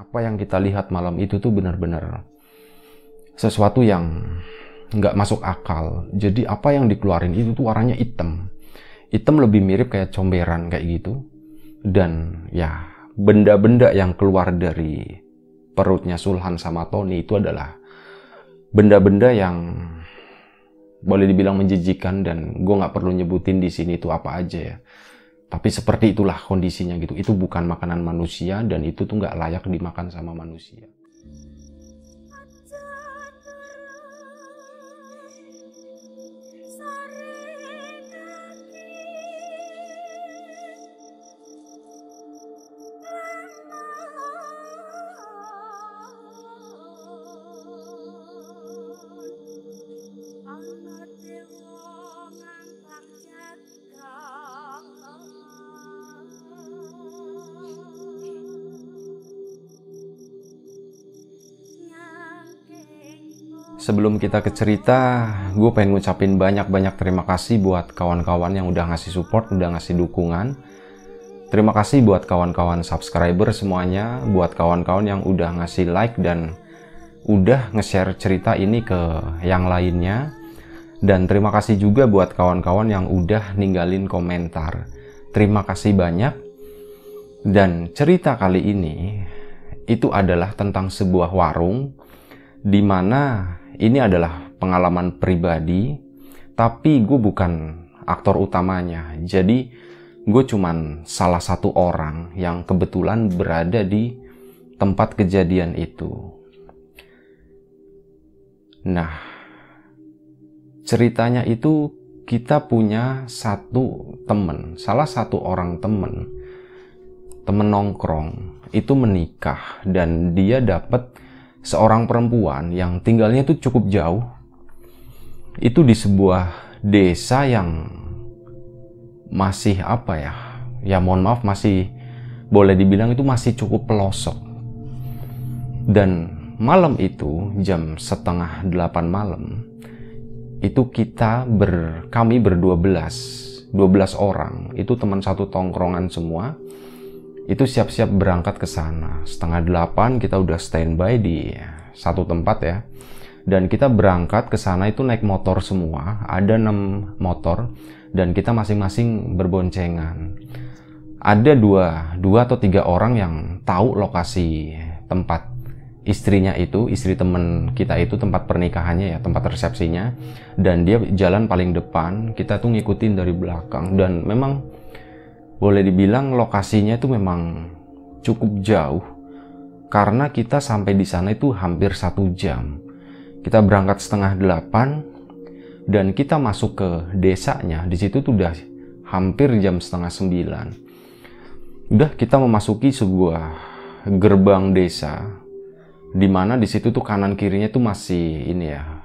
Apa yang kita lihat malam itu tuh benar-benar sesuatu yang nggak masuk akal. Jadi apa yang dikeluarin itu tuh warnanya hitam. Hitam lebih mirip kayak comberan kayak gitu. Dan ya benda-benda yang keluar dari perutnya Sulhan sama Tony itu adalah benda-benda yang boleh dibilang menjijikan, dan gue nggak perlu nyebutin di sini itu apa aja ya. Tapi seperti itulah kondisinya gitu. Itu bukan makanan manusia dan itu tuh nggak layak dimakan sama manusia. Sebelum kita ke cerita, gue pengen ngucapin banyak-banyak terima kasih buat kawan-kawan yang udah ngasih support, udah ngasih dukungan. Terima kasih buat kawan-kawan subscriber semuanya, buat kawan-kawan yang udah ngasih like dan udah nge-share cerita ini ke yang lainnya. Dan terima kasih juga buat kawan-kawan yang udah ninggalin komentar. Terima kasih banyak. Dan cerita kali ini itu adalah tentang sebuah warung di mana ini adalah pengalaman pribadi, tapi gue bukan aktor utamanya. Jadi gue cuman salah satu orang yang kebetulan berada di tempat kejadian itu. Nah, ceritanya itu kita punya satu temen, salah satu orang temen nongkrong itu menikah, dan dia dapat seorang perempuan yang tinggalnya itu cukup jauh. Itu di sebuah desa yang masih apa ya? Ya mohon maaf, masih boleh dibilang itu masih cukup pelosok. Dan malam itu jam 7:30 malam itu kami ber-12 orang. Itu teman satu tongkrongan semua. Itu siap-siap berangkat ke sana. 7:30 kita udah standby di satu tempat ya. Dan kita berangkat ke sana itu naik motor semua. Ada 6 motor dan kita masing-masing berboncengan. Ada dua atau 3 orang yang tahu lokasi tempat istrinya itu, istri temen kita itu, tempat pernikahannya ya, tempat resepsinya. Dan dia jalan paling depan, kita tuh ngikutin dari belakang. Dan memang boleh dibilang lokasinya itu memang cukup jauh, karena kita sampai di sana itu hampir 1 jam. Kita berangkat 7:30 dan kita masuk ke desanya. Di situ tuh udah hampir jam 8:30. Udah kita memasuki sebuah gerbang desa, dimana di situ tuh kanan kirinya tuh masih ini ya,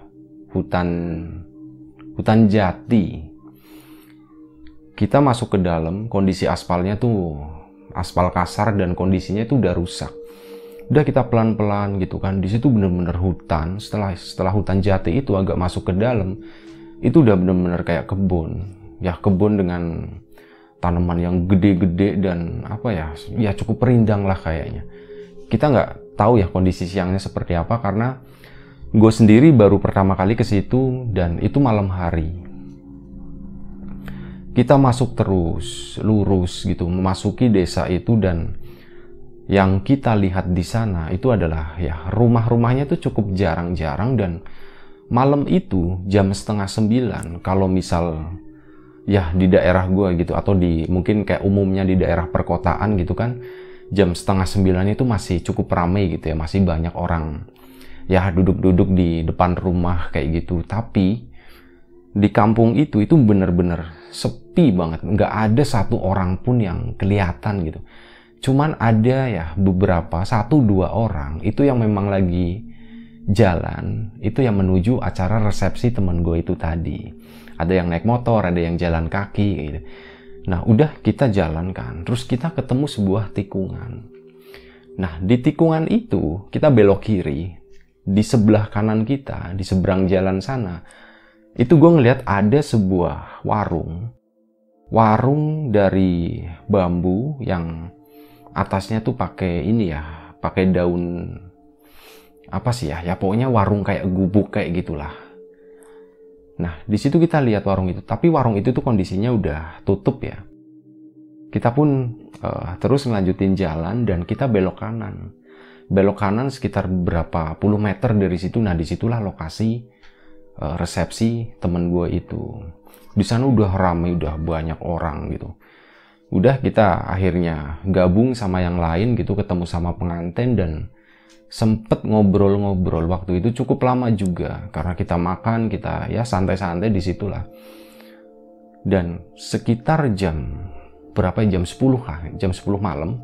hutan jati. Kita masuk ke dalam, kondisi aspalnya tuh aspal kasar dan kondisinya itu udah rusak. Udah kita pelan-pelan gitu kan. Di situ bener-bener hutan. Setelah hutan jati itu agak masuk ke dalam, itu udah bener-bener kayak kebun. Ya kebun dengan tanaman yang gede-gede dan apa ya? Ya cukup rindang lah kayaknya. Kita nggak tahu ya kondisi siangnya seperti apa, karena gue sendiri baru pertama kali ke situ dan itu malam hari. Kita masuk terus, lurus gitu, memasuki desa itu, dan yang kita lihat di sana itu adalah ya rumah-rumahnya tuh cukup jarang-jarang. Dan malam itu jam 8:30, kalau misal ya di daerah gua gitu, atau mungkin kayak umumnya di daerah perkotaan gitu kan, jam 8:30 itu masih cukup ramai gitu ya, masih banyak orang ya duduk-duduk di depan rumah kayak gitu. Tapi di kampung itu bener-bener sepi banget, nggak ada satu orang pun yang kelihatan gitu. Cuman ada ya beberapa, 1-2 orang itu yang memang lagi jalan, itu yang menuju acara resepsi temen gue itu tadi. Ada yang naik motor, ada yang jalan kaki gitu. Nah udah kita jalan kan, terus kita ketemu sebuah tikungan. Nah di tikungan itu kita belok kiri, di sebelah kanan kita, di seberang jalan sana, itu gue ngeliat ada sebuah warung dari bambu yang atasnya tuh pakai ini ya, pakai daun apa sih ya, ya pokoknya warung kayak gubuk kayak gitulah. Nah, di situ kita lihat warung itu, tapi warung itu tuh kondisinya udah tutup ya. Kita pun terus melanjutin jalan dan kita belok kanan. Belok kanan sekitar berapa puluh meter dari situ. Nah, disitulah lokasi resepsi temen gue itu. Di sana udah ramai, udah banyak orang gitu. Udah kita akhirnya gabung sama yang lain gitu, ketemu sama pengantin dan sempet ngobrol-ngobrol. Waktu itu cukup lama juga karena kita makan, kita ya santai-santai di situlah. Dan sekitar jam berapa, jam 10 kah? Jam 10 malam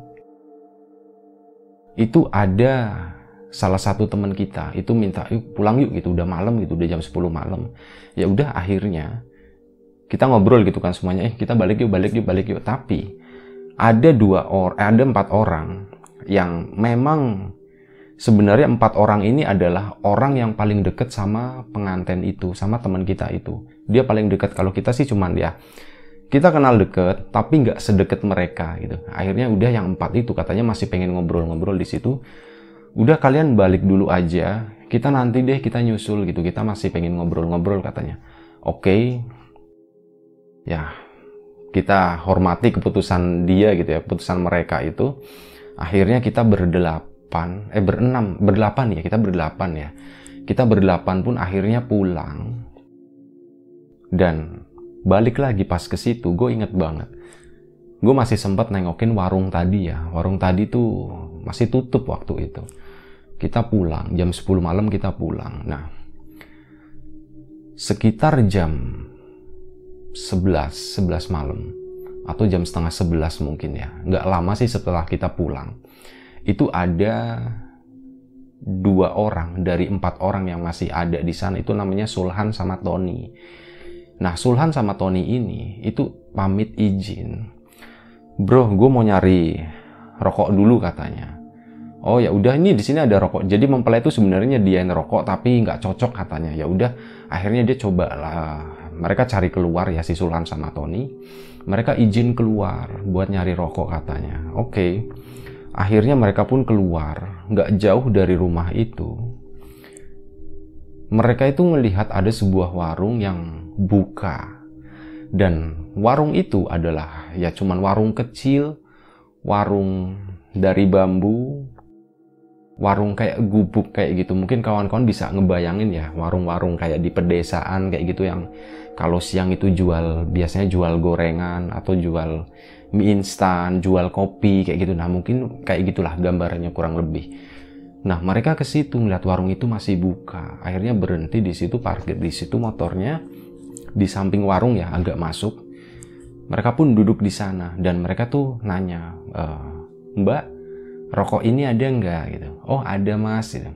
itu ada salah satu teman kita itu minta, yuk pulang yuk gitu, udah malam gitu, udah jam 10 malam. Ya udah, akhirnya kita ngobrol gitu kan semuanya, kita balik yuk. Tapi ada 4 orang yang memang sebenarnya 4 orang ini adalah orang yang paling deket sama pengantin itu, sama teman kita itu. Dia paling deket. Kalau kita sih cuman ya, kita kenal deket, tapi nggak sedekat mereka gitu. Akhirnya udah yang 4 itu katanya masih pengen ngobrol-ngobrol di situ. Udah, kalian balik dulu aja, kita nanti deh kita nyusul gitu. Kita masih pengen ngobrol-ngobrol katanya. Oke. Ya, kita hormati keputusan dia gitu ya, keputusan mereka itu. Akhirnya kita berdelapan ya, kita berdelapan ya. Kita berdelapan pun akhirnya pulang. Dan balik lagi pas ke situ, gue inget banget. Gue masih sempat nengokin warung tadi ya. Warung tadi tuh masih tutup waktu itu. Kita pulang, jam 10 malam kita pulang. Nah, sekitar jam 11 malam. Atau jam setengah 11 mungkin ya. Nggak lama sih setelah kita pulang. Itu ada 2 orang dari 4 orang yang masih ada di sana. Itu namanya Sulhan sama Tony. Nah, Sulhan sama Tony ini itu pamit izin. Bro, gue mau nyari rokok dulu katanya. Oh ya udah, ini di sini ada rokok. Jadi mempelai itu sebenarnya dia yang rokok tapi nggak cocok katanya. Ya udah, akhirnya dia coba lah. Mereka cari keluar ya, si Sulhan sama Tony. Mereka izin keluar buat nyari rokok katanya. Oke. Akhirnya mereka pun keluar, nggak jauh dari rumah itu. Mereka itu melihat ada sebuah warung yang buka. Dan warung itu adalah ya cuman warung kecil, warung dari bambu, warung kayak gubuk kayak gitu. Mungkin kawan-kawan bisa ngebayangin ya, warung-warung kayak di pedesaan kayak gitu yang kalau siang itu biasanya jual gorengan atau jual mie instan, jual kopi kayak gitu. Nah, mungkin kayak gitulah gambarannya kurang lebih. Nah, mereka ke situ ngeliat warung itu masih buka. Akhirnya berhenti di situ, parkir di situ motornya di samping warung ya, agak masuk. Mereka pun duduk di sana dan mereka tuh nanya, Mbak, rokok ini ada nggak gitu? Oh, ada Mas gitu.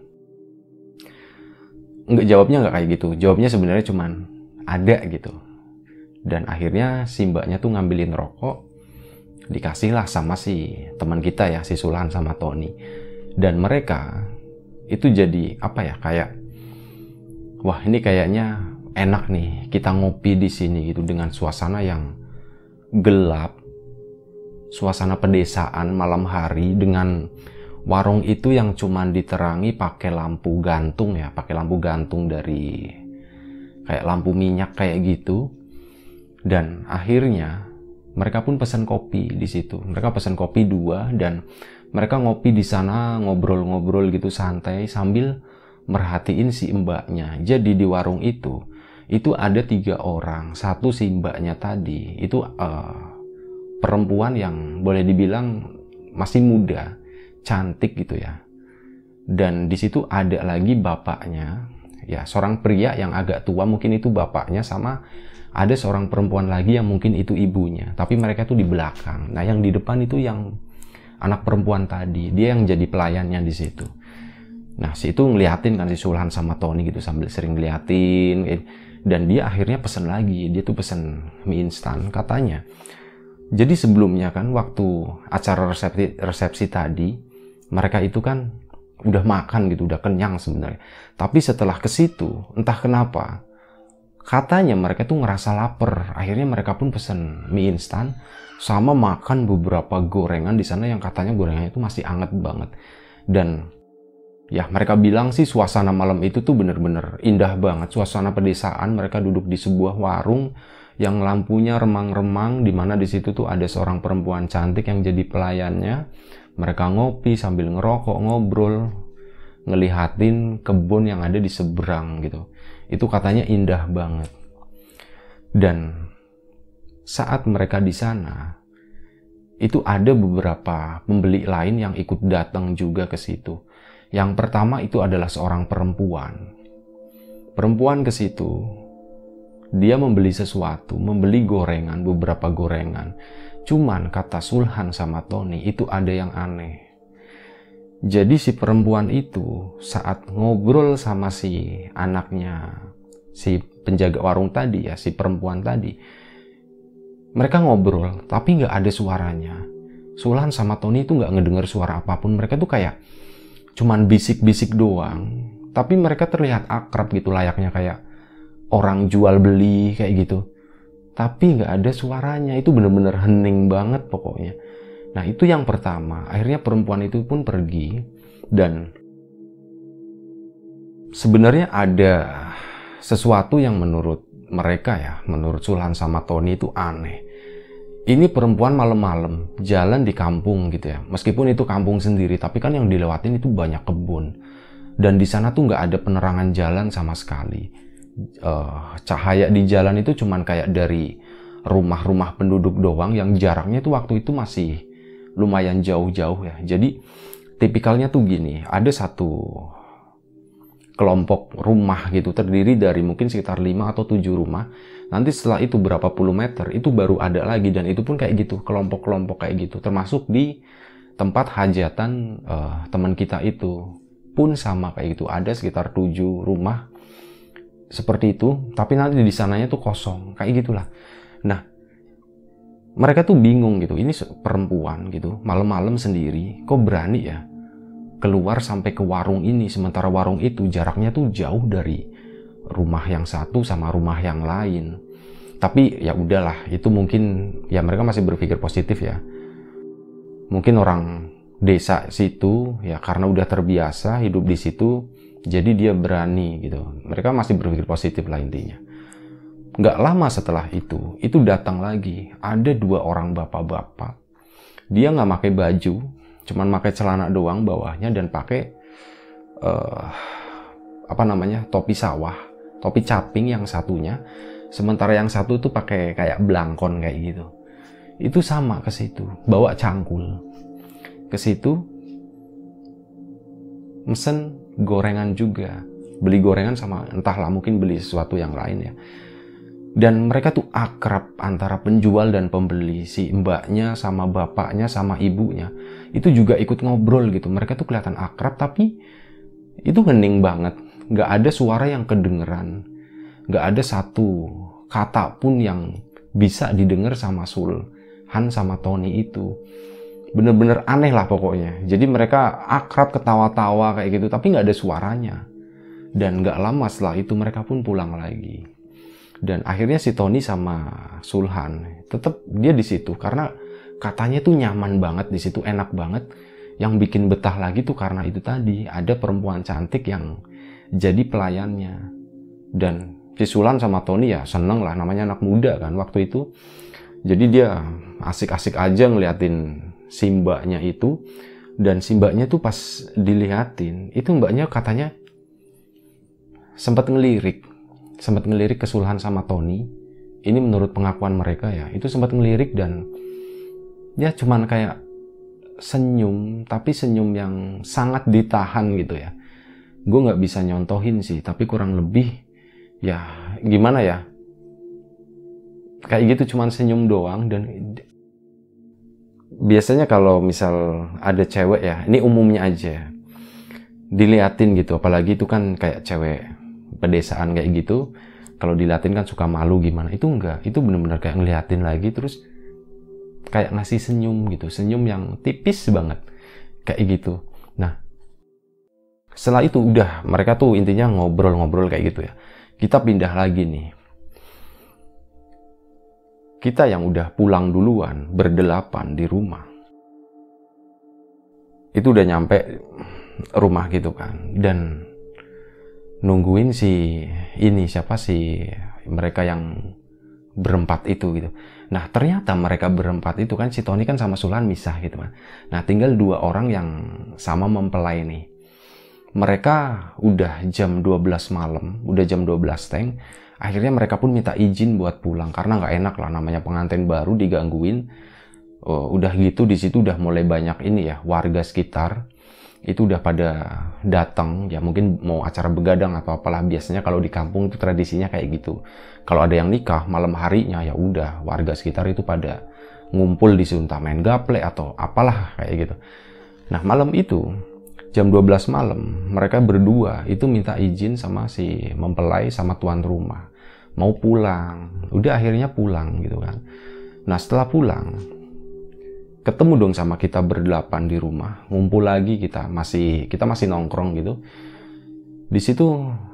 Jawabnya nggak kayak gitu. Jawabnya sebenarnya cuman ada gitu. Dan akhirnya si mbaknya tuh ngambilin rokok, dikasihlah sama si teman kita ya, si Sulhan sama Tony. Dan mereka itu jadi apa ya, kayak wah ini kayaknya enak nih kita ngopi di sini gitu dengan suasana yang gelap, suasana pedesaan malam hari dengan warung itu yang cuman diterangi pakai lampu gantung ya, pakai lampu gantung dari kayak lampu minyak kayak gitu. Dan akhirnya mereka pun pesan kopi di situ. Mereka pesan kopi 2 dan mereka ngopi di sana, ngobrol-ngobrol gitu santai sambil merhatiin si mbaknya. Jadi di warung itu ada 3 orang. Satu si mbaknya tadi itu perempuan yang boleh dibilang masih muda, cantik gitu ya. Dan di situ ada lagi bapaknya, ya seorang pria yang agak tua, mungkin itu bapaknya, sama ada seorang perempuan lagi yang mungkin itu ibunya. Tapi mereka tuh di belakang. Nah, yang di depan itu yang anak perempuan tadi, dia yang jadi pelayannya di situ. Nah, si itu ngeliatin kan si Sulhan sama Tony gitu sambil sering ngeliatin. Dan dia akhirnya pesen lagi, dia tuh pesen mie instan katanya. Jadi sebelumnya kan waktu acara resepsi tadi, mereka itu kan udah makan gitu, udah kenyang sebenarnya. Tapi setelah ke situ, entah kenapa, katanya mereka tuh ngerasa lapar. Akhirnya mereka pun pesen mie instan sama makan beberapa gorengan di sana yang katanya gorengannya itu masih anget banget. Dan ya mereka bilang sih suasana malam itu tuh bener-bener indah banget. Suasana pedesaan, mereka duduk di sebuah warung yang lampunya remang-remang, di mana di situ tuh ada seorang perempuan cantik yang jadi pelayannya. Mereka ngopi sambil ngerokok, ngobrol, ngelihatin kebun yang ada di seberang gitu. Itu katanya indah banget. Dan saat mereka di sana, itu ada beberapa pembeli lain yang ikut datang juga ke situ. Yang pertama itu adalah seorang perempuan. Perempuan ke situ, dia membeli sesuatu, membeli gorengan, beberapa gorengan. Cuman kata Sulhan sama Tony itu ada yang aneh. Jadi si perempuan itu saat ngobrol sama si anaknya, si penjaga warung tadi ya, si perempuan tadi, mereka ngobrol, tapi nggak ada suaranya. Sulhan sama Tony itu nggak ngedenger suara apapun. Mereka tuh kayak cuman bisik-bisik doang. Tapi mereka terlihat akrab gitu, layaknya kayak orang jual beli kayak gitu. Tapi nggak ada suaranya. Itu bener-bener hening banget pokoknya. Nah itu yang pertama. Akhirnya perempuan itu pun pergi. Dan sebenarnya ada sesuatu yang menurut mereka ya, menurut Sulhan sama Tony itu aneh. Ini perempuan malam-malam jalan di kampung gitu ya. Meskipun itu kampung sendiri, tapi kan yang dilewatin itu banyak kebun. Dan di sana tuh nggak ada penerangan jalan sama sekali. Cahaya di jalan itu cuman kayak dari rumah-rumah penduduk doang yang jaraknya tuh waktu itu masih lumayan jauh-jauh ya. Jadi tipikalnya tuh gini, ada satu kelompok rumah gitu terdiri dari mungkin sekitar 5 atau 7 rumah. Nanti setelah itu berapa puluh meter itu baru ada lagi, dan itu pun kayak gitu, kelompok-kelompok kayak gitu. Termasuk di tempat hajatan teman kita itu pun sama kayak gitu, ada sekitar 7 rumah seperti itu, tapi nanti di sananya tuh kosong kayak gitulah. Nah mereka tuh bingung gitu, ini perempuan gitu malam-malam sendiri kok berani ya keluar sampai ke warung ini, sementara warung itu jaraknya tuh jauh dari rumah yang satu sama rumah yang lain. Tapi ya udahlah, itu mungkin ya mereka masih berpikir positif ya. Mungkin orang desa situ ya karena udah terbiasa hidup di situ, jadi dia berani gitu. Mereka masih berpikir positif lah intinya. Nggak lama setelah itu datang lagi. Ada 2 orang bapak-bapak. Dia nggak pakai baju, cuman pakai celana doang bawahnya dan pakai topi sawah, topi caping yang satunya. Sementara yang satu tuh pakai kayak belangkon kayak gitu. Itu sama ke situ, bawa cangkul. Ke situ mesen gorengan juga. Beli gorengan sama entahlah mungkin beli sesuatu yang lain ya. Dan mereka tuh akrab antara penjual dan pembeli. Si mbaknya sama bapaknya sama ibunya itu juga ikut ngobrol gitu. Mereka tuh kelihatan akrab tapi itu hening banget. Nggak ada suara yang kedengeran. Nggak ada satu kata pun yang bisa didengar sama Sulhan sama Tony itu. Bener-bener aneh lah pokoknya. Jadi mereka akrab ketawa-tawa kayak gitu tapi nggak ada suaranya. Dan nggak lama setelah itu mereka pun pulang lagi. Dan akhirnya si Tony sama Sulhan tetap dia di situ karena katanya tuh nyaman banget di situ, enak banget. Yang bikin betah lagi tuh karena itu tadi ada perempuan cantik yang jadi pelayannya. Dan si Sulhan sama Tony ya seneng lah, namanya anak muda kan waktu itu. Jadi dia asik-asik aja ngeliatin si mbaknya itu. Dan si mbaknya tuh pas dilihatin itu mbaknya katanya sempat ngelirik ke Sulhan sama Tony. Ini menurut pengakuan mereka ya, itu sempat ngelirik dan dia cuman kayak senyum, tapi senyum yang sangat ditahan gitu ya. Gue nggak bisa nyontohin sih, tapi kurang lebih ya gimana ya, kayak gitu cuman senyum doang. Dan biasanya kalau misal ada cewek ya, ini umumnya aja, diliatin gitu, apalagi itu kan kayak cewek pedesaan kayak gitu, kalau diliatin kan suka malu gimana. Itu enggak, itu bener-bener kayak ngeliatin lagi terus kayak ngasih senyum gitu, senyum yang tipis banget kayak gitu. Nah setelah itu udah mereka tuh intinya ngobrol-ngobrol kayak gitu ya. Kita pindah lagi nih, kita yang udah pulang duluan berdelapan di rumah itu udah nyampe rumah gitu kan, dan nungguin siapa sih mereka yang berempat itu gitu. Nah ternyata mereka berempat itu kan, si Tony kan sama Sulhan misah gitu kan. Nah tinggal 2 orang yang sama mempelai nih. Mereka udah jam 12 malam, udah jam 12 teng. Akhirnya mereka pun minta izin buat pulang karena nggak enak lah, namanya pengantin baru digangguin. Udah gitu di situ udah mulai banyak ini ya, warga sekitar itu udah pada datang ya, mungkin mau acara begadang atau apalah. Biasanya kalau di kampung itu tradisinya kayak gitu. Kalau ada yang nikah malam harinya ya udah warga sekitar itu pada ngumpul di situ, entah main gaple atau apalah kayak gitu. Nah malam itu jam 12 malam mereka berdua itu minta izin sama si mempelai sama tuan rumah mau pulang. Udah akhirnya pulang gitu kan. Nah setelah pulang ketemu dong sama kita berdelapan di rumah, ngumpul lagi, kita masih nongkrong gitu. Di situ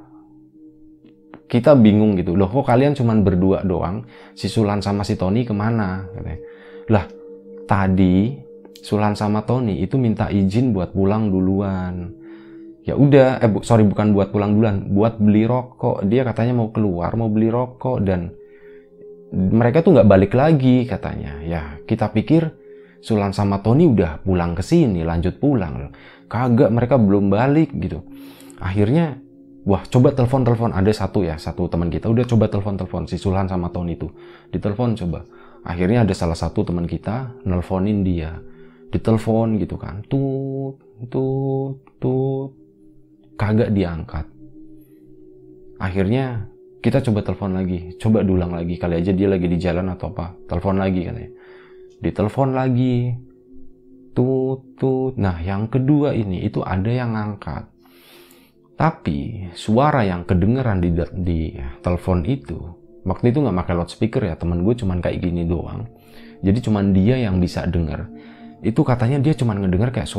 kita bingung gitu, loh kok kalian cuman berdua doang, si Sulhan sama si Tony kemana? Lah tadi Sulhan sama Tony itu minta izin buat pulang duluan. Ya udah, bukan buat pulang duluan, buat beli rokok. Dia katanya mau keluar, mau beli rokok, dan mereka tuh nggak balik lagi katanya. Ya kita pikir Sulhan sama Tony udah pulang ke sini, lanjut pulang. Kagak, mereka belum balik gitu. Akhirnya, wah coba telepon. Ada satu teman kita udah coba telepon si Sulhan sama Tony itu. Ditelepon coba. Akhirnya ada salah satu teman kita nelponin dia. Ditelepon gitu kan. Tut. Kagak diangkat. Akhirnya kita coba telepon lagi. Coba diulang lagi. Kali aja dia lagi di jalan atau apa. Telepon lagi katanya. Ditelepon lagi, tut. Nah yang kedua ini itu ada yang ngangkat, tapi suara yang kedengeran di telepon itu waktu itu nggak pakai loudspeaker ya, temen gue cuman kayak gini doang, jadi cuman dia yang bisa denger. Itu katanya dia cuman ngedenger kayak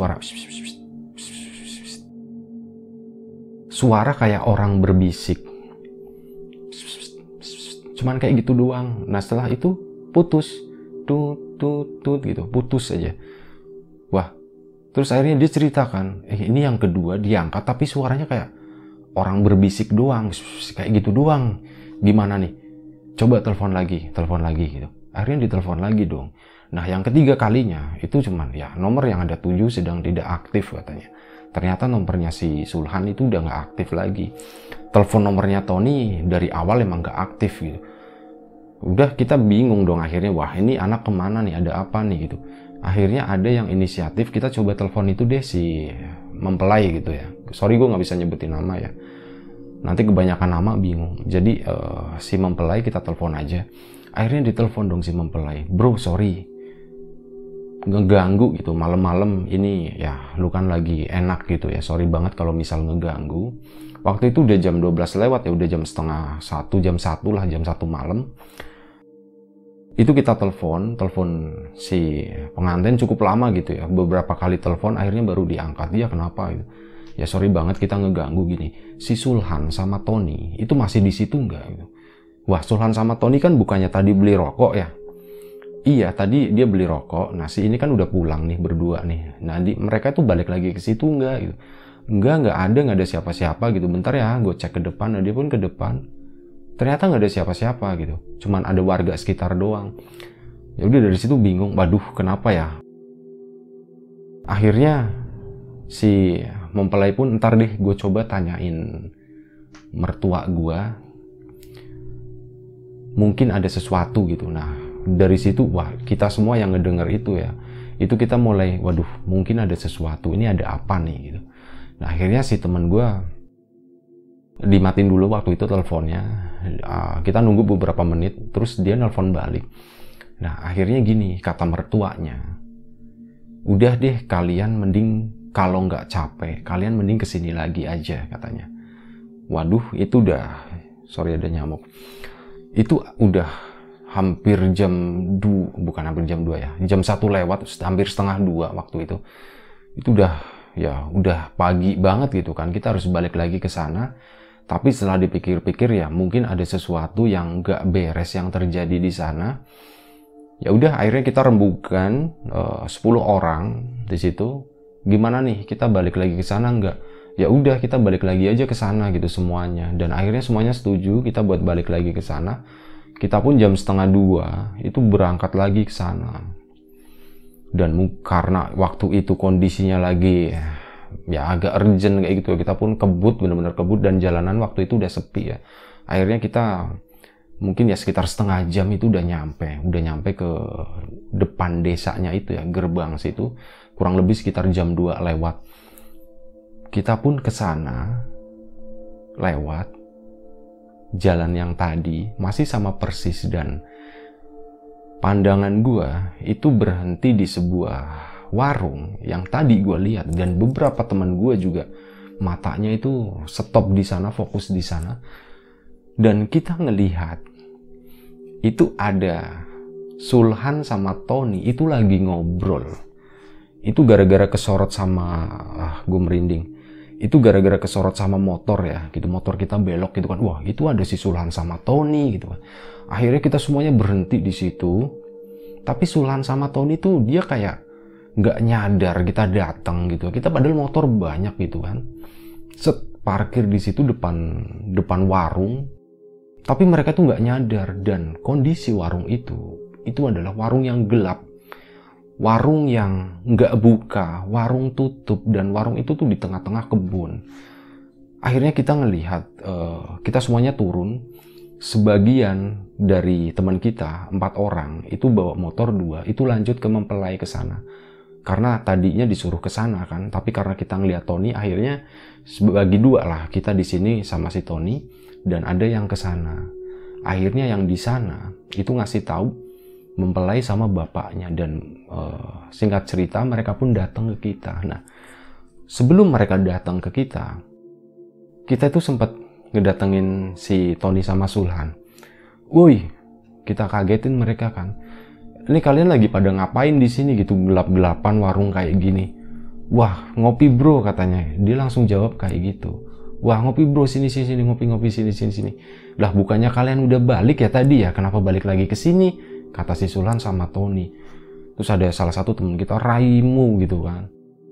suara kayak orang berbisik, cuman kayak gitu doang. Nah setelah itu putus, tut gitu, putus aja. Wah, terus akhirnya dia ceritakan, ini yang kedua diangkat tapi suaranya kayak orang berbisik doang, kayak gitu doang. Gimana nih? Coba telepon lagi gitu. Akhirnya ditelepon lagi dong. Nah yang ketiga kalinya itu cuman ya nomor yang ada 7 sedang tidak aktif katanya. Ternyata nomornya si Sulhan itu udah nggak aktif lagi. Telepon nomornya Tony dari awal emang nggak aktif gitu. Udah kita bingung dong akhirnya, wah ini anak kemana nih, ada apa nih gitu. Akhirnya ada yang inisiatif, kita coba telepon itu deh si mempelai gitu ya. Sorry gue nggak bisa nyebutin nama ya, nanti kebanyakan nama bingung. Jadi si mempelai kita telepon aja. Akhirnya ditelepon dong si mempelai, bro sorry ngeganggu gitu malam-malam ini ya, lu kan lagi enak gitu ya, sorry banget kalau misal ngeganggu. Waktu itu udah jam 12 lewat ya, udah jam setengah 1, jam 1 lah, jam 1 malam. Itu kita telepon si pengantin cukup lama gitu ya, beberapa kali telepon akhirnya baru diangkat. Dia kenapa gitu? Ya sorry banget kita ngeganggu gini. Si Sulhan sama Tony itu masih di situ nggak gitu? Wah Sulhan sama Tony kan bukannya tadi beli rokok ya? Iya tadi dia beli rokok. Nah si ini kan udah pulang nih berdua nih. Nah mereka tuh balik lagi ke situ nggak gitu? Nggak ada siapa-siapa gitu. Bentar ya gue cek ke depan. Nah dia pun ke depan. Ternyata nggak ada siapa-siapa gitu, cuman ada warga sekitar doang. Ya udah dari situ bingung, waduh kenapa ya. Akhirnya si mempelai pun ntar deh gue coba tanyain mertua gue, mungkin ada sesuatu gitu. Nah dari situ wah kita semua yang ngedenger itu ya, itu kita mulai waduh mungkin ada sesuatu, ini ada apa nih gitu. Nah akhirnya si temen gue dimatiin dulu waktu itu teleponnya. Kita nunggu beberapa menit, terus dia nelpon balik. Nah akhirnya gini kata mertuanya, udah deh kalian mending kalau nggak capek kalian mending kesini lagi aja katanya. Waduh itu udah, sorry ada nyamuk, itu udah hampir jam 2, bukan hampir jam 2 ya, jam 1 lewat, hampir setengah 2 waktu itu udah ya udah pagi banget gitu kan. Kita harus balik lagi ke sana. Tapi setelah dipikir-pikir ya mungkin ada sesuatu yang nggak beres yang terjadi di sana. Ya udah akhirnya kita rembukan 10 orang di situ gimana nih, kita balik lagi ke sana nggak? Ya udah, kita balik lagi aja ke sana gitu semuanya. Dan akhirnya semuanya setuju kita buat balik lagi ke sana. Kita pun jam 1:30 itu berangkat lagi ke sana. Dan karena waktu itu kondisinya lagi ya agak urgent kayak gitu, kita pun kebut, bener-bener kebut, dan jalanan waktu itu udah sepi ya. Akhirnya kita mungkin ya sekitar setengah jam itu udah nyampe ke depan desanya itu ya, gerbang situ, kurang lebih sekitar jam 2 lewat. Kita pun ke sana lewat jalan yang tadi, masih sama persis, dan pandangan gua itu berhenti di sebuah warung yang tadi gua lihat, dan beberapa teman gua juga matanya itu stop di sana, fokus di sana. Dan kita ngelihat itu ada Sulhan sama Tony itu lagi ngobrol. Itu gara-gara kesorot sama gue merinding. Itu gara-gara kesorot sama motor ya, gitu, motor kita belok gitu kan. Wah, itu ada si Sulhan sama Tony gitu kan. Akhirnya kita semuanya berhenti di situ. Tapi Sulhan sama Tony tuh dia kayak nggak nyadar kita datang gitu. Kita padahal motor banyak gitu kan. Set, parkir di situ depan warung. Tapi mereka tuh nggak nyadar, dan kondisi warung itu adalah warung yang gelap. Warung yang nggak buka, warung tutup, dan warung itu tuh di tengah-tengah kebun. Akhirnya kita ngelihat, kita semuanya turun. Sebagian dari teman kita, 4 orang, itu bawa motor 2, itu lanjut ke mempelai ke sana. Karena tadinya disuruh ke sana kan, tapi karena kita ngelihat Tony, akhirnya bagi 2 lah, kita di sini sama si Tony, dan ada yang ke sana. Akhirnya yang di sana itu ngasih tahu mempelai sama bapaknya, dan singkat cerita mereka pun datang ke kita. Nah, sebelum mereka datang ke kita itu sempat ngedatengin si Tony sama Sulhan. Woi, kita kagetin mereka kan. Ini kalian lagi pada ngapain di sini gitu, gelap-gelapan warung kayak gini? Wah, ngopi bro katanya. Dia langsung jawab kayak gitu. Wah, ngopi bro, sini ngopi sini. Lah, bukannya kalian udah balik ya tadi ya? Kenapa balik lagi ke sini? Kata si Sulhan sama Tony. Terus ada salah satu temen kita, Raimu gitu kan.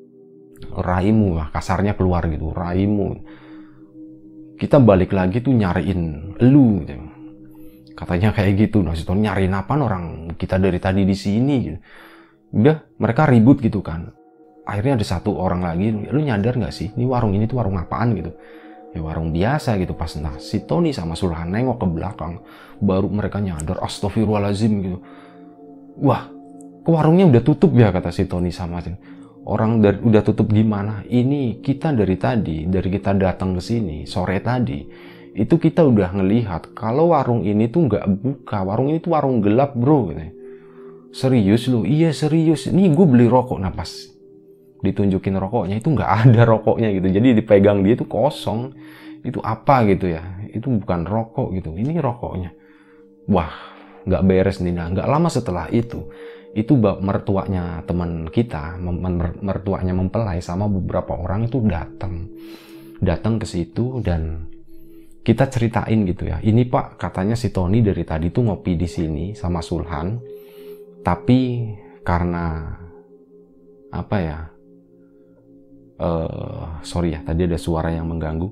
Raimu lah, kasarnya keluar gitu, Raimu. Kita balik lagi tuh nyariin elu gitu. Katanya kayak gitu. Nah, si Tony, nyariin apaan, orang kita dari tadi di sini gitu. Udah, mereka ribut gitu kan. Akhirnya ada satu orang lagi, lu nyadar gak sih, ini warung ini tuh warung apaan gitu? Ya warung biasa gitu. Pas nah si Tony sama Sulhan nengok ke belakang, baru mereka nyadar, astagfirullahaladzim gitu. Wah, kok warungnya udah tutup ya, kata si Tony sama si orang. Udah tutup gimana? Ini kita dari kita datang ke sini sore tadi, itu kita udah ngelihat kalau warung ini tuh nggak buka. Warung ini tuh warung gelap bro gitu. Serius lu? Iya serius. Nih gue beli rokok, nah pas ditunjukin rokoknya itu nggak ada rokoknya gitu, jadi dipegang dia itu kosong. Itu apa gitu ya, itu bukan rokok gitu, ini rokoknya. Wah, nggak beres nih. Nah, nggak lama setelah itu mertuanya teman kita, mertuanya mempelai sama beberapa orang itu datang ke situ, dan kita ceritain gitu ya, ini pak, katanya si Tony dari tadi tuh ngopi di sini sama Sulhan, tapi karena apa ya, sorry ya, tadi ada suara yang mengganggu.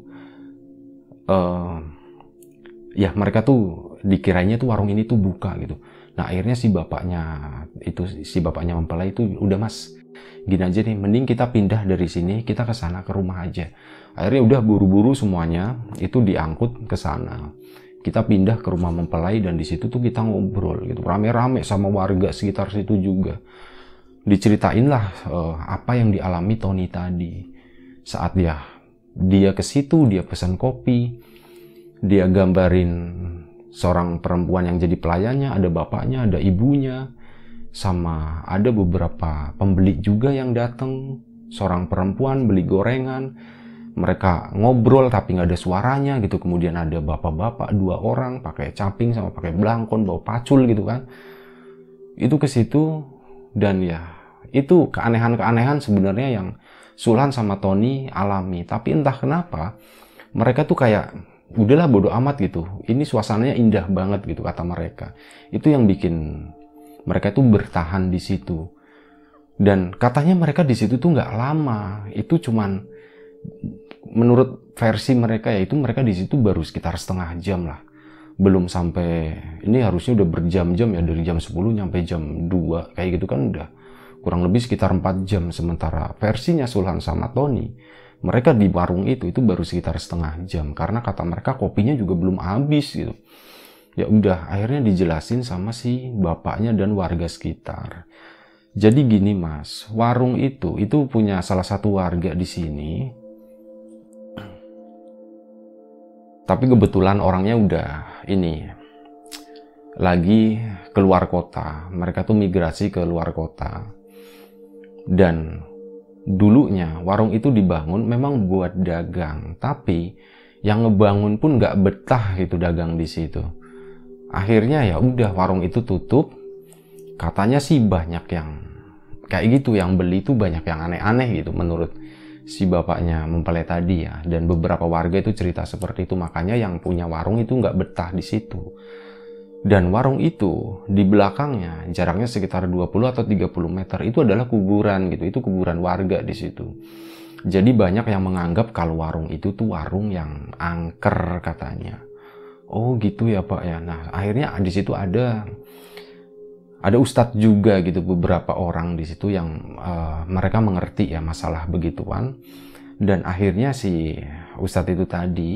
Ya mereka tuh dikiranya tuh warung ini tuh buka gitu. Nah akhirnya si bapaknya mempelai itu, udah mas, gini aja nih, mending kita pindah dari sini, kita ke sana ke rumah aja. Akhirnya udah buru-buru semuanya itu diangkut ke sana. Kita pindah ke rumah mempelai, dan di situ tuh kita ngobrol gitu, rame-rame sama warga sekitar situ juga. Diceritain lah apa yang dialami Tony tadi saat dia ke situ. Dia pesan kopi, dia gambarin seorang perempuan yang jadi pelayannya, ada bapaknya, ada ibunya, sama ada beberapa pembeli juga yang datang. Seorang perempuan beli gorengan, mereka ngobrol tapi nggak ada suaranya gitu. Kemudian ada bapak-bapak 2 orang pakai caping sama pakai belangkon, bawa pacul gitu kan. Itu ke situ. Dan ya itu keanehan-keanehan sebenarnya yang Sulhan sama Tony alami. Tapi entah kenapa mereka tuh kayak udahlah bodo amat gitu, ini suasananya indah banget gitu kata mereka. Itu yang bikin mereka tuh bertahan di situ. Dan katanya mereka di situ tuh nggak lama, itu cuman menurut versi mereka ya, itu mereka di situ baru sekitar setengah jam lah. Belum sampai, ini harusnya udah berjam-jam ya, dari jam 10 sampai jam 2 kayak gitu kan, udah kurang lebih sekitar 4 jam. Sementara versinya Sulhan sama Tony, mereka di warung itu baru sekitar setengah jam, karena kata mereka kopinya juga belum habis gitu. Ya udah, akhirnya dijelasin sama si bapaknya dan warga sekitar. Jadi gini Mas, warung itu punya salah satu warga di sini. Tapi kebetulan orangnya udah ini lagi keluar kota. Mereka tuh migrasi ke luar kota. Dan dulunya warung itu dibangun memang buat dagang, tapi yang ngebangun pun nggak betah gitu dagang di situ. Akhirnya ya udah, warung itu tutup. Katanya sih banyak yang kayak gitu, yang beli tuh banyak yang aneh-aneh gitu menurut si bapaknya mempelai tadi ya. Dan beberapa warga itu cerita seperti itu, makanya yang punya warung itu nggak betah di situ. Dan warung itu di belakangnya jaraknya sekitar 20 atau 30 meter itu adalah kuburan gitu, itu kuburan warga di situ. Jadi banyak yang menganggap kalau warung itu tuh warung yang angker katanya. Oh gitu ya Pak ya. Nah akhirnya di situ ada ustadz juga gitu, beberapa orang di situ yang mereka mengerti ya masalah begituan. Dan akhirnya si ustadz itu tadi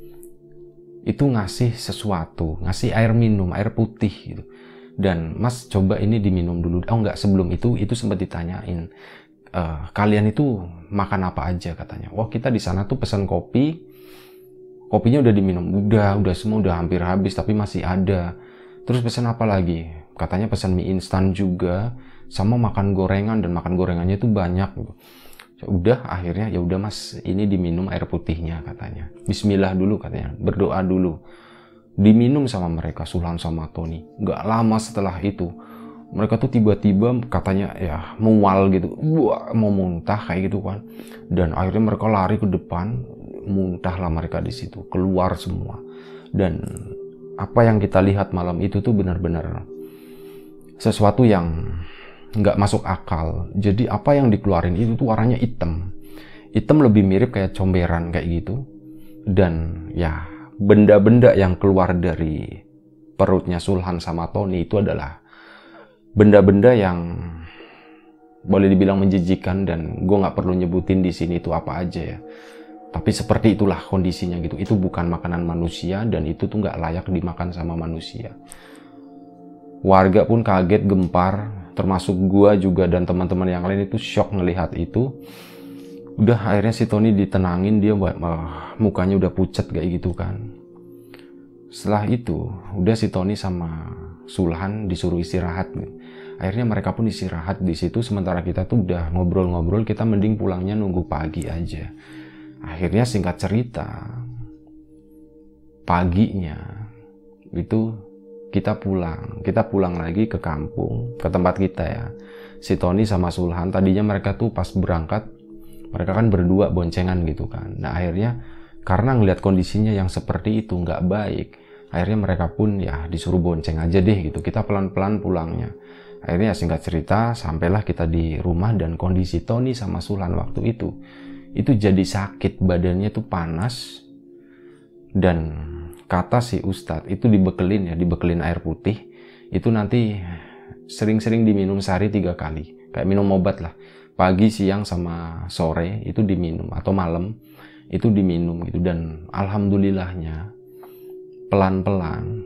itu ngasih sesuatu, ngasih air minum, air putih gitu. Dan Mas coba ini diminum dulu. Oh enggak, sebelum itu sempat ditanyain, kalian itu makan apa aja katanya. Wah kita di sana tuh pesan kopi, kopinya udah diminum, udah semua udah hampir habis tapi masih ada. Terus pesan apa lagi? Katanya pesan mie instan juga, sama makan gorengan, dan makan gorengannya itu banyak. Udah akhirnya ya udah Mas, ini diminum air putihnya katanya. Bismillah dulu katanya, berdoa dulu. Diminum sama mereka, Sulhan sama Tony. Gak lama setelah itu, mereka tuh tiba-tiba katanya ya mual gitu, wah, mau muntah kayak gitu kan. Dan akhirnya mereka lari ke depan, muntahlah mereka di situ, keluar semua. Dan apa yang kita lihat malam itu tuh benar-benar sesuatu yang nggak masuk akal. Jadi apa yang dikeluarin itu tuh warnanya hitam. Hitam lebih mirip kayak comberan kayak gitu. Dan ya benda-benda yang keluar dari perutnya Sulhan sama Tony itu adalah benda-benda yang boleh dibilang menjijikan, dan gue nggak perlu nyebutin di sini itu apa aja ya. Tapi seperti itulah kondisinya gitu. Itu bukan makanan manusia, dan itu tuh nggak layak dimakan sama manusia. Warga pun kaget, gempar, termasuk gua juga dan teman-teman yang lain itu shock ngelihat itu. Udah akhirnya si Tony ditenangin, dia mukanya udah pucat kayak gitu kan. Setelah itu udah si Tony sama Sulhan disuruh istirahat. Akhirnya mereka pun istirahat di situ, sementara kita tuh udah ngobrol-ngobrol, kita mending pulangnya nunggu pagi aja. Akhirnya singkat cerita, paginya itu kita pulang lagi ke kampung, ke tempat kita ya. Si Tony sama Sulhan tadinya mereka tuh pas berangkat, mereka kan berdua boncengan gitu kan. Nah akhirnya karena ngelihat kondisinya yang seperti itu nggak baik, akhirnya mereka pun ya disuruh bonceng aja deh gitu, kita pelan-pelan pulangnya. Akhirnya singkat cerita sampailah kita di rumah, dan kondisi Tony sama Sulhan waktu itu jadi sakit, badannya tuh panas. Dan kata si Ustadz itu dibekelin air putih, itu nanti sering-sering diminum sehari 3 kali, kayak minum obat lah, pagi, siang, sama sore itu diminum, atau malam itu diminum gitu. Dan alhamdulillahnya pelan-pelan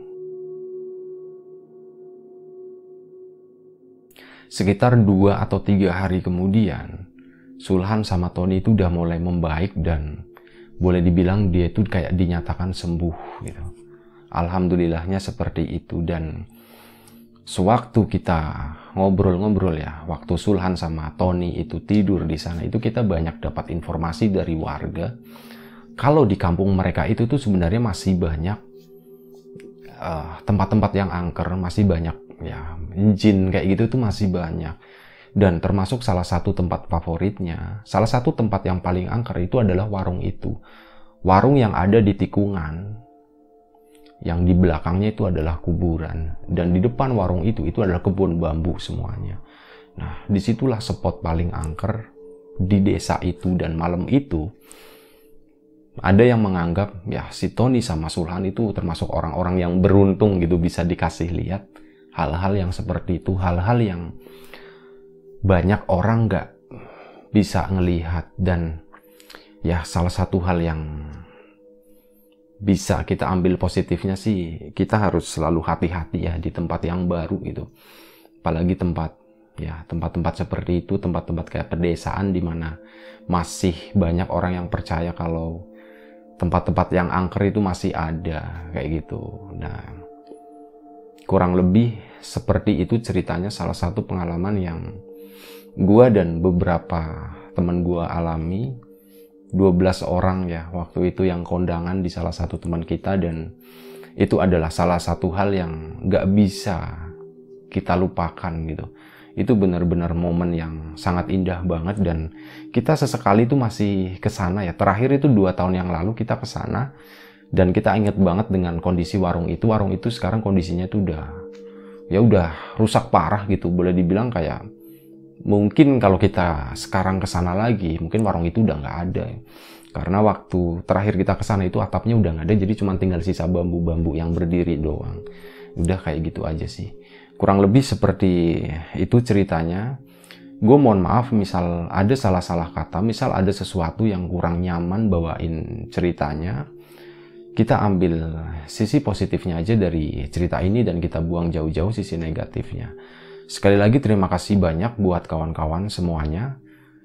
sekitar 2 atau 3 hari kemudian Sulhan sama Tony itu udah mulai membaik, dan boleh dibilang dia itu kayak dinyatakan sembuh gitu. Alhamdulillahnya seperti itu. Dan sewaktu kita ngobrol-ngobrol ya, waktu Sulhan sama Tony itu tidur di sana, itu kita banyak dapat informasi dari warga kalau di kampung mereka itu tuh sebenarnya masih banyak tempat-tempat yang angker, masih banyak ya jin kayak gitu tuh masih banyak. Dan termasuk salah satu tempat favoritnya, salah satu tempat yang paling angker itu adalah warung itu. Warung yang ada di tikungan, yang di belakangnya itu adalah kuburan. Dan di depan warung itu adalah kebun bambu semuanya. Nah, disitulah spot paling angker di desa itu. Dan malam itu ada yang menganggap ya si Tony sama Sulhan itu termasuk orang-orang yang beruntung gitu, bisa dikasih lihat hal-hal yang seperti itu, hal-hal yang banyak orang nggak bisa ngelihat. Dan ya salah satu hal yang bisa kita ambil positifnya sih, kita harus selalu hati-hati ya di tempat yang baru gitu. Apalagi tempat-tempat seperti itu, tempat-tempat kayak pedesaan di mana masih banyak orang yang percaya kalau tempat-tempat yang angker itu masih ada kayak gitu. Nah, kurang lebih seperti itu ceritanya, salah satu pengalaman yang gua dan beberapa teman gua alami. 12 orang ya waktu itu yang kondangan di salah satu teman kita, dan itu adalah salah satu hal yang gak bisa kita lupakan gitu. Itu benar-benar momen yang sangat indah banget, dan kita sesekali itu masih kesana ya. Terakhir itu 2 tahun yang lalu kita kesana, dan kita inget banget dengan kondisi warung itu. Warung itu sekarang kondisinya itu udah rusak parah gitu. Boleh dibilang kayak mungkin kalau kita sekarang kesana lagi, mungkin warung itu udah nggak ada. Karena waktu terakhir kita kesana itu atapnya udah nggak ada, jadi cuma tinggal sisa bambu-bambu yang berdiri doang. Udah kayak gitu aja sih. Kurang lebih seperti itu ceritanya. Gue mohon maaf misal ada salah-salah kata, misal ada sesuatu yang kurang nyaman bawain ceritanya. Kita ambil sisi positifnya aja dari cerita ini dan kita buang jauh-jauh sisi negatifnya. Sekali lagi terima kasih banyak buat kawan-kawan semuanya.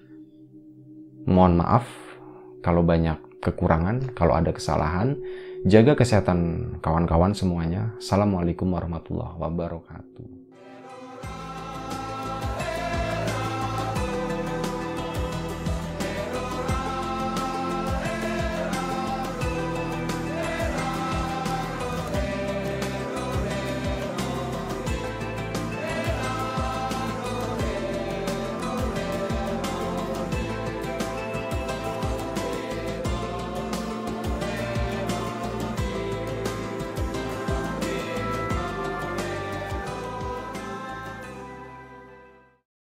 Mohon maaf kalau banyak kekurangan, kalau ada kesalahan. Jaga kesehatan kawan-kawan semuanya. Assalamualaikum warahmatullahi wabarakatuh.